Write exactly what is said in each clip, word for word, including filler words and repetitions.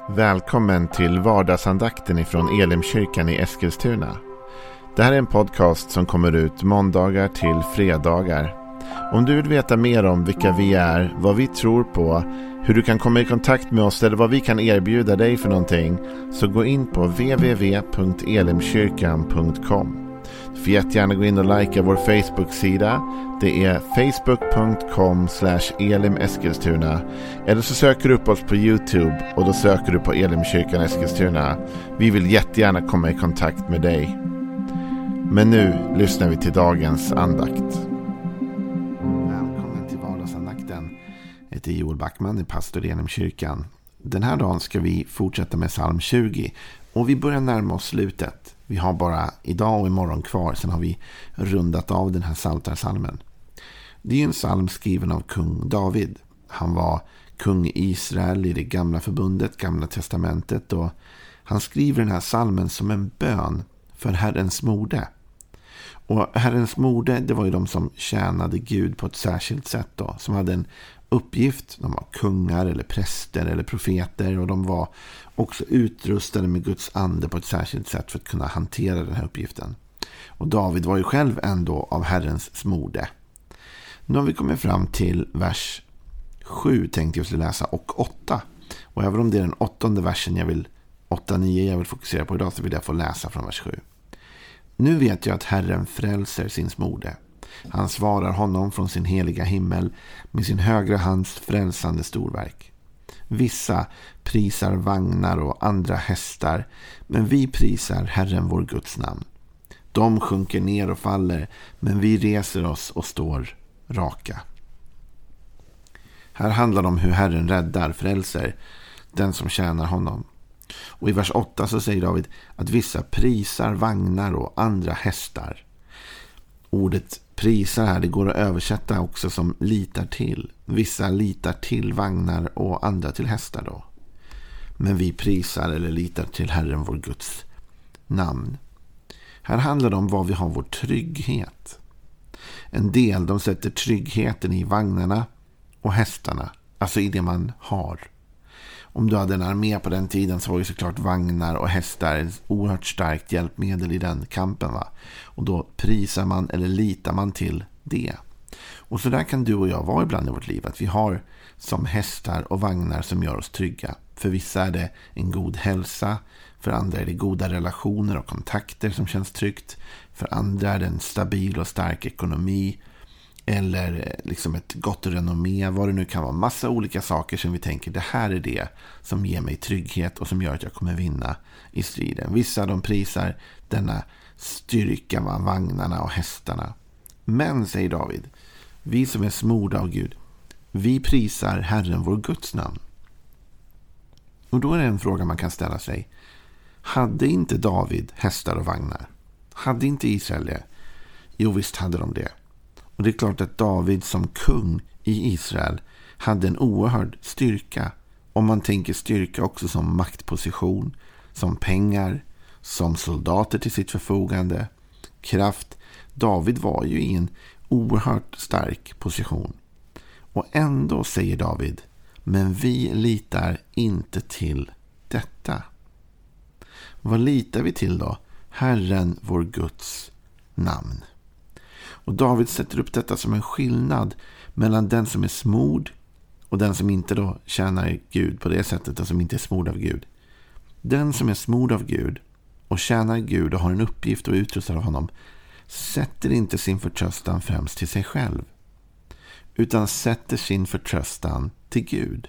Välkommen till vardagsandakten ifrån Elimkyrkan i Eskilstuna. Det här är en podcast som kommer ut måndagar till fredagar. Om du vill veta mer om vilka vi är, vad vi tror på, hur du kan komma i kontakt med oss eller vad vi kan erbjuda dig för någonting, så gå in på w w w punkt elimkyrkan punkt com. Du får jättegärna gå in och likea vår Facebook-sida. Det är facebook punkt com slash elimeskilstuna. Eller så söker du upp oss på YouTube och då söker du på Elimkyrkan Eskilstuna. Vi vill jättegärna komma i kontakt med dig. Men nu lyssnar vi till dagens andakt. Välkommen till vardagsandakten. Jag heter Joel Backman, är pastor i Elimkyrkan. Den här dagen ska vi fortsätta med psalm tjugo. Och vi börjar närma oss slutet. Vi har bara idag och imorgon kvar. Sen har vi rundat av den här psaltarpsalmen. Det är en psalm skriven av kung David. Han var kung i Israel i det gamla förbundet, gamla testamentet. Och han skriver den här psalmen som en bön för Herrens mode. Och Herrens mode, det var ju de som tjänade Gud på ett särskilt sätt då. Som hade en uppgift. De var kungar eller präster eller profeter. Och de var också utrustade med Guds ande på ett särskilt sätt för att kunna hantera den här uppgiften. Och David var ju själv ändå av Herrens mode. Nu har vi kommit fram till vers sju tänkte jag skulle läsa och åtta. Och även om det är den åttonde versen jag vill, åtta nio jag vill fokusera på idag, så vill jag få läsa från vers sju. Nu vet jag att Herren frälser sin smorde. Han svarar honom från sin heliga himmel med sin högra hands frälsande storverk. Vissa prisar vagnar och andra hästar, men vi prisar Herren vår Guds namn. De sjunker ner och faller, men vi reser oss och står raka. Här handlar det om hur Herren räddar, frälser den som tjänar honom. Och i vers åtta så säger David att vissa prisar vagnar och andra hästar. Ordet prisar här, det går att översätta också som litar till. Vissa litar till vagnar och andra till hästar då. Men vi prisar eller litar till Herren vår Guds namn. Här handlar det om vad vi har vår trygghet. En del, de sätter tryggheten i vagnarna och hästarna. Alltså i det man har. Om du hade en armé på den tiden så var ju såklart vagnar och hästar ett oerhört starkt hjälpmedel i den kampen, va? Och då prisar man eller litar man till det. Och så där kan du och jag vara ibland i vårt liv. Att vi har som hästar och vagnar som gör oss trygga. För vissa är det en god hälsa. För andra är det goda relationer och kontakter som känns tryggt. För andra är det en stabil och stark ekonomi. Eller liksom ett gott renommé, vad det nu kan vara. Massa olika saker som vi tänker, det här är det som ger mig trygghet och som gör att jag kommer vinna i striden. Vissa de prisar denna styrka av vagnarna och hästarna. Men, säger David, vi som är smorda av Gud, vi prisar Herren vår Guds namn. Och då är det en fråga man kan ställa sig. Hade inte David hästar och vagnar? Hade inte Israel det? Jo, visst hade de det. Och det är klart att David som kung i Israel hade en oerhörd styrka. Om man tänker styrka också som maktposition, som pengar, som soldater till sitt förfogande, kraft. David var ju i en oerhört stark position. Och ändå säger David, men vi litar inte till detta. Vad litar vi till då? Herren vår Guds namn. Och David sätter upp detta som en skillnad mellan den som är smord och den som inte då tjänar Gud på det sättet, och som inte är smord av Gud. Den som är smord av Gud och tjänar Gud och har en uppgift och utrustad av honom sätter inte sin förtröstan främst till sig själv, utan sätter sin förtröstan till Gud.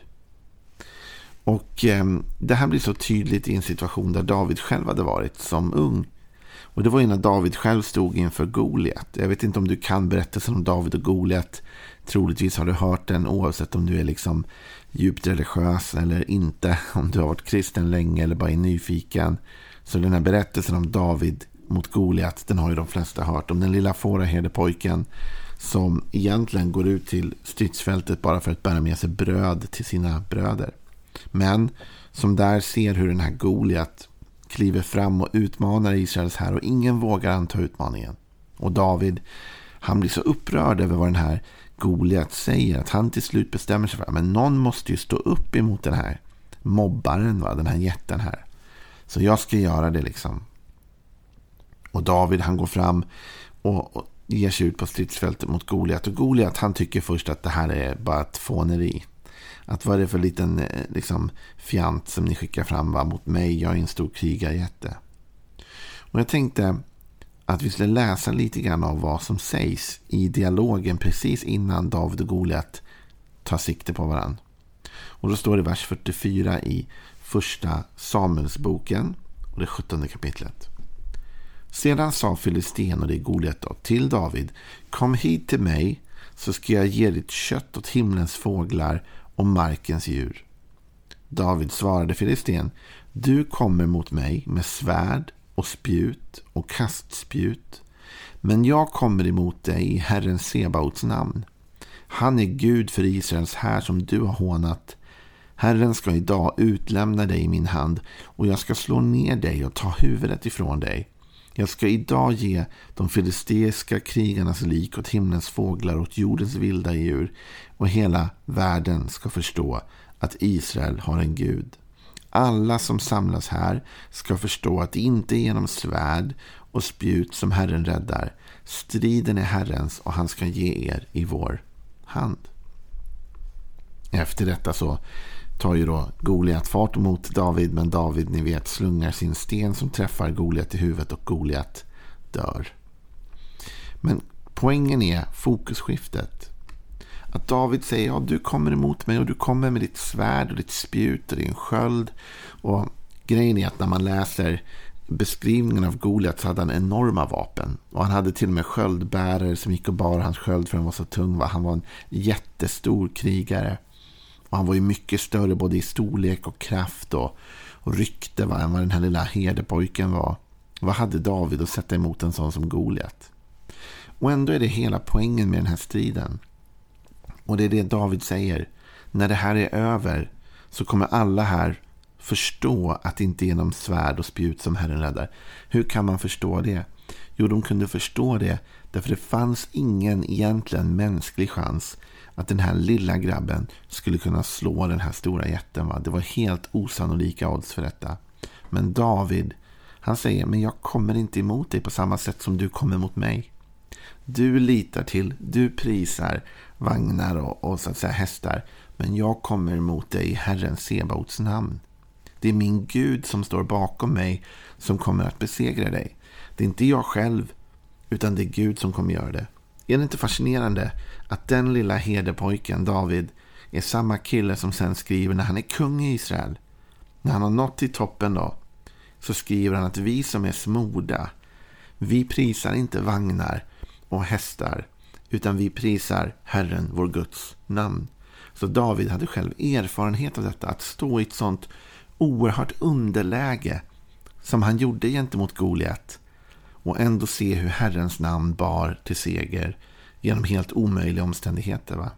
Och eh, det här blir så tydligt i en situation där David själv hade varit som ung. Och det var ju när David själv stod inför Goliat. Jag vet inte om du kan berättelsen om David och Goliat. Troligtvis har du hört den oavsett om du är liksom djupt religiös eller inte. Om du har varit kristen länge eller bara är nyfiken. Så den här berättelsen om David mot Goliat, den har ju de flesta hört. Om den lilla fåraherdepojken som egentligen går ut till stridsfältet bara för att bära med sig bröd till sina bröder. Men som där ser hur den här Goliat kliver fram och utmanar Israels här, och ingen vågar anta utmaningen. Och David, han blir så upprörd över vad den här Goliat säger att han till slut bestämmer sig för, men någon måste ju stå upp emot den här mobbaren, va? Den här jätten här. Så jag ska göra det liksom. Och David, han går fram och, och ger sig ut på stridsfältet mot Goliat. Och Goliat, han tycker först att det här är bara ett fåneri. Att vad är det för liten liksom, fjant som ni skickar fram, va, mot mig? Jag är en stor krigarjätte. Och jag tänkte att vi skulle läsa lite grann av vad som sägs i dialogen precis innan David och Goliat tar sikte på varandra. Och då står det i vers fyrtiofyra i första Samuelsboken och det sjuttonde kapitlet. Sedan sa Filisten, och det är Goliat då, till David: kom hit till mig, så ska jag ge ditt kött åt himlens fåglar och markens djur. David svarade Filisten: du kommer mot mig med svärd och spjut och kastspjut, men jag kommer emot dig i Herren Sebaots namn. Han är Gud för Israels här som du har hånat. Herren ska idag utlämna dig i min hand, och jag ska slå ner dig och ta huvudet ifrån dig. Jag ska idag ge de filisteiska krigarnas lik åt himlens fåglar och åt jordens vilda djur, och hela världen ska förstå att Israel har en Gud. Alla som samlas här ska förstå att det inte är genom svärd och spjut som Herren räddar. Striden är Herrens, och han ska ge er i vår hand. Efter detta så tar ju då Goliat fart mot David, men David, ni vet, slungar sin sten som träffar Goliat i huvudet, och Goliat dör. Men poängen är fokusskiftet. Att David säger: ja, du kommer emot mig, och du kommer med ditt svärd och ditt spjut och din sköld. Och grejen är att när man läser beskrivningen av Goliat så hade han enorma vapen. Och han hade till och med sköldbärare som gick och bar hans sköld för den var så tung. Va? Han var en jättestor krigare. Och han var ju mycket större både i storlek och kraft och, och rykte, va, än vad den här lilla herdepojken var. Vad hade David att sätta emot en sån som Goliat? Och ändå är det hela poängen med den här striden. Och det är det David säger: när det här är över så kommer alla här förstå att det inte är genom svärd och spjut som Herren räddar. Hur kan man förstå det? Jo, de kunde förstå det därför det fanns ingen egentligen mänsklig chans att den här lilla grabben skulle kunna slå den här stora jätten. Va? Det var helt osannolika odds för detta. Men David, han säger: men jag kommer inte emot dig på samma sätt som du kommer mot mig. Du litar till, du prisar vagnar och, och så att säga hästar, men jag kommer emot dig i Herren Sebaots namn. Det är min Gud som står bakom mig som kommer att besegra dig. Det är inte jag själv, utan det är Gud som kommer göra det. Är det inte fascinerande att den lilla herdepojken David är samma kille som sen skriver när han är kung i Israel? När han har nått till toppen då, så skriver han att vi som är smorda, vi prisar inte vagnar och hästar, utan vi prisar Herren, vår Guds namn. Så David hade själv erfarenhet av detta, att stå i ett sånt oerhört underläge som han gjorde gentemot Goliat, och ändå se hur Herrens namn bar till seger genom helt omöjliga omständigheter. Va?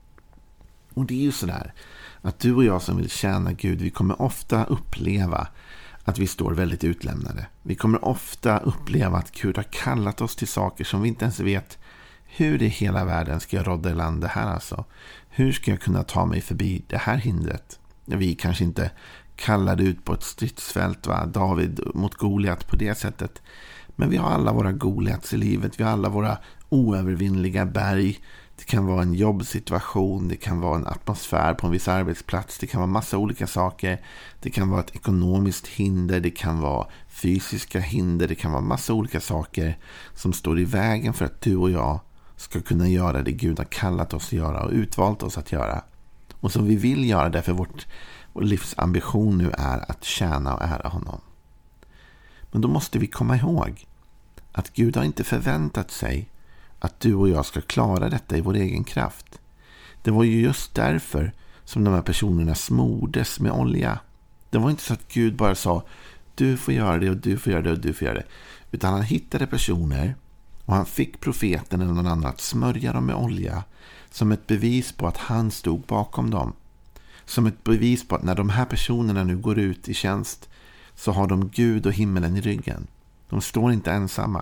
Och det är ju sådär att du och jag som vill tjäna Gud, vi kommer ofta uppleva att vi står väldigt utlämnade. Vi kommer ofta uppleva att Gud har kallat oss till saker som vi inte ens vet hur i hela världen ska jag rådda i land det här alltså. Hur ska jag kunna ta mig förbi det här hindret? Vi kanske inte kallade ut på ett stridsfält, va? David mot Goliat på det sättet. Men vi har alla våra Goliats i livet. Vi har alla våra oövervinnliga berg. Det kan vara en jobbsituation. Det kan vara en atmosfär på en viss arbetsplats. Det kan vara massa olika saker. Det kan vara ett ekonomiskt hinder. Det kan vara fysiska hinder. Det kan vara massa olika saker som står i vägen för att du och jag ska kunna göra det Gud har kallat oss att göra och utvalt oss att göra. Och som vi vill göra därför vårt, vår livsambition nu är att tjäna och ära honom. Men då måste vi komma ihåg att Gud har inte förväntat sig att du och jag ska klara detta i vår egen kraft. Det var ju just därför som de här personerna smordes med olja. Det var inte så att Gud bara sa: du får göra det och du får göra det och du får göra det. Utan han hittade personer och han fick profeten eller någon annan att smörja dem med olja som ett bevis på att han stod bakom dem. Som ett bevis på att när de här personerna nu går ut i tjänst så har de Gud och himmelen i ryggen. De står inte ensamma.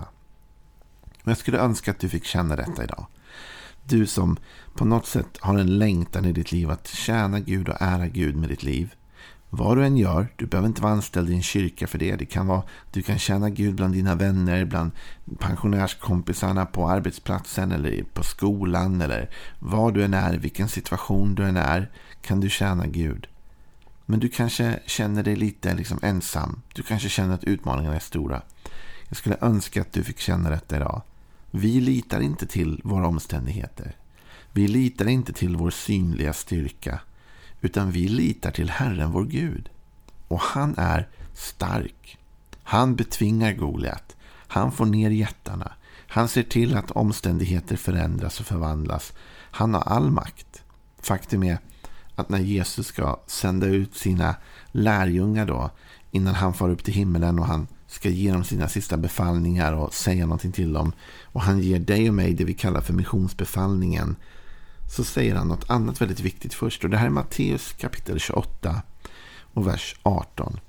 Och jag skulle önska att du fick känna detta idag. Du som på något sätt har en längtan i ditt liv att tjäna Gud och ära Gud med ditt liv. Vad du än gör, du behöver inte vara anställd i en kyrka för det. Det kan vara, du kan tjäna Gud bland dina vänner, bland pensionärskompisarna på arbetsplatsen eller på skolan, eller vad du än är, vilken situation du än är, kan du tjäna Gud. Men du kanske känner dig lite liksom ensam. Du kanske känner att utmaningarna är stora. Jag skulle önska att du fick känna detta idag. Vi litar inte till våra omständigheter. Vi litar inte till vår synliga styrka. Utan vi litar till Herren vår Gud. Och han är stark. Han betvingar Goliat. Han får ner jättarna. Han ser till att omständigheter förändras och förvandlas. Han har all makt. Faktum är att när Jesus ska sända ut sina lärjungar då, innan han far upp till himmelen och han ska ge dem sina sista befallningar och säga någonting till dem, och han ger dig och mig det vi kallar för missionsbefallningen, så säger han något annat väldigt viktigt först. Och det här är Matteus kapitel tjugoåtta och vers arton.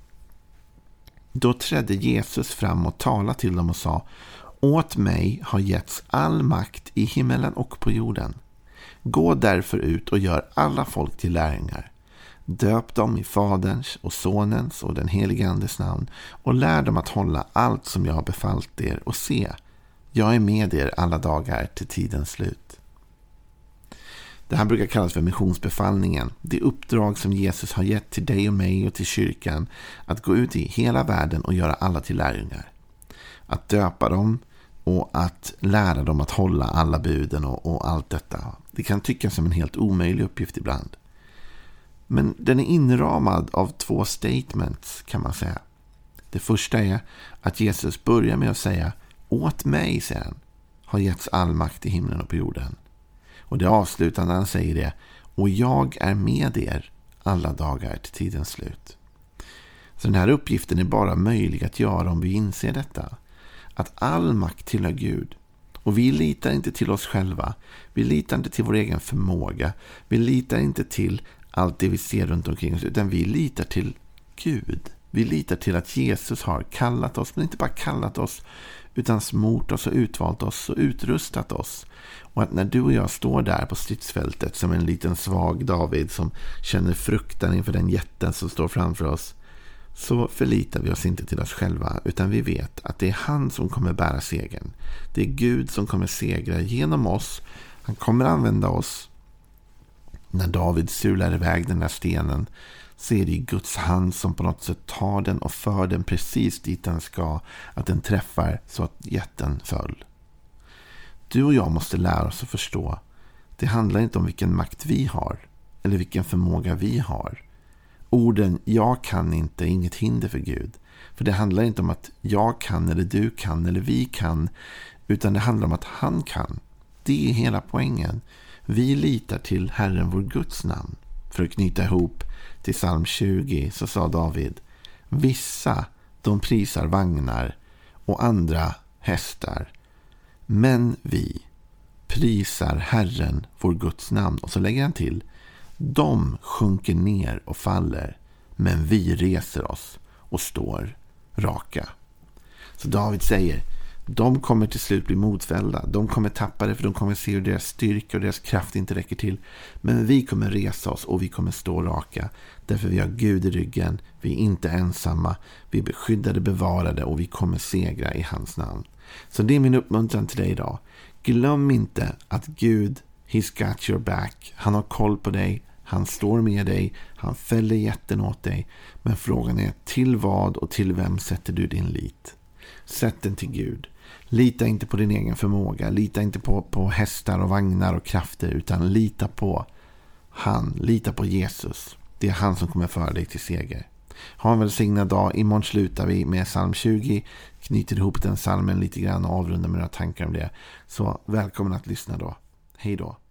Då trädde Jesus fram och talade till dem och sa: åt mig har getts all makt i himmelen och på jorden. Gå därför ut och gör alla folk till lärjungar. Döp dem i Faderns och Sonens och den helige Andes namn och lär dem att hålla allt som jag har befallt er, och se, jag är med er alla dagar till tidens slut. Det här brukar kallas för missionsbefallningen. Det uppdrag som Jesus har gett till dig och mig och till kyrkan att gå ut i hela världen och göra alla till lärjungar. Att döpa dem och att lära dem att hålla alla buden och, och allt detta. Det kan tyckas som en helt omöjlig uppgift ibland. Men den är inramad av två statements, kan man säga. Det första är att Jesus börjar med att säga: åt mig, säger han, har getts all makt i himlen och på jorden. Och det avslutar när han säger det: och jag är med er alla dagar till tidens slut. Så den här uppgiften är bara möjlig att göra om vi inser detta. Att all makt tillhör Gud. Och vi litar inte till oss själva. Vi litar inte till vår egen förmåga. Vi litar inte till allt det vi ser runt omkring oss, utan vi litar till Gud. Vi litar till att Jesus har kallat oss, men inte bara kallat oss, utan smort oss och utvalt oss och utrustat oss. Och att när du och jag står där på stridsfältet som en liten svag David som känner fruktan inför den jätten som står framför oss, så förlitar vi oss inte till oss själva, utan vi vet att det är han som kommer bära segern. Det är Gud som kommer segra genom oss. Han kommer använda oss. När David sular iväg den där stenen, så är det Guds hand som på något sätt tar den och för den precis dit den ska, att den träffar så att jätten föll. Du och jag måste lära oss att förstå. Det handlar inte om vilken makt vi har eller vilken förmåga vi har. Orden jag kan inte är inget hinder för Gud. För det handlar inte om att jag kan eller du kan eller vi kan, utan det handlar om att han kan. Det är hela poängen. Vi litar till Herren vår Guds namn. För att knyta ihop till psalm tjugo så sa David: vissa de prisar vagnar och andra hästar, men vi prisar Herren vår Guds namn. Och så lägger han till: de sjunker ner och faller, men vi reser oss och står raka. Så David säger: de kommer till slut bli motfällda. De kommer tappa det, för de kommer se hur deras styrka och deras kraft inte räcker till. Men vi kommer resa oss och vi kommer stå raka. Därför vi har Gud i ryggen. Vi är inte ensamma. Vi är beskyddade, bevarade och vi kommer segra i hans namn. Så det är min uppmuntran till dig idag. Glöm inte att Gud, he's got your back. Han har koll på dig. Han står med dig. Han fäller jätten åt dig. Men frågan är: till vad och till vem sätter du din lit? Sätt den till Gud. Lita inte på din egen förmåga. Lita inte på, på hästar och vagnar och krafter, utan lita på han. Lita på Jesus. Det är han som kommer föra dig till seger. Ha en välsignad dag. Imorgon slutar vi med psalm tjugo. Knyter ihop den psalmen lite grann och avrundar med några tankar om det. Så välkommen att lyssna då. Hej då.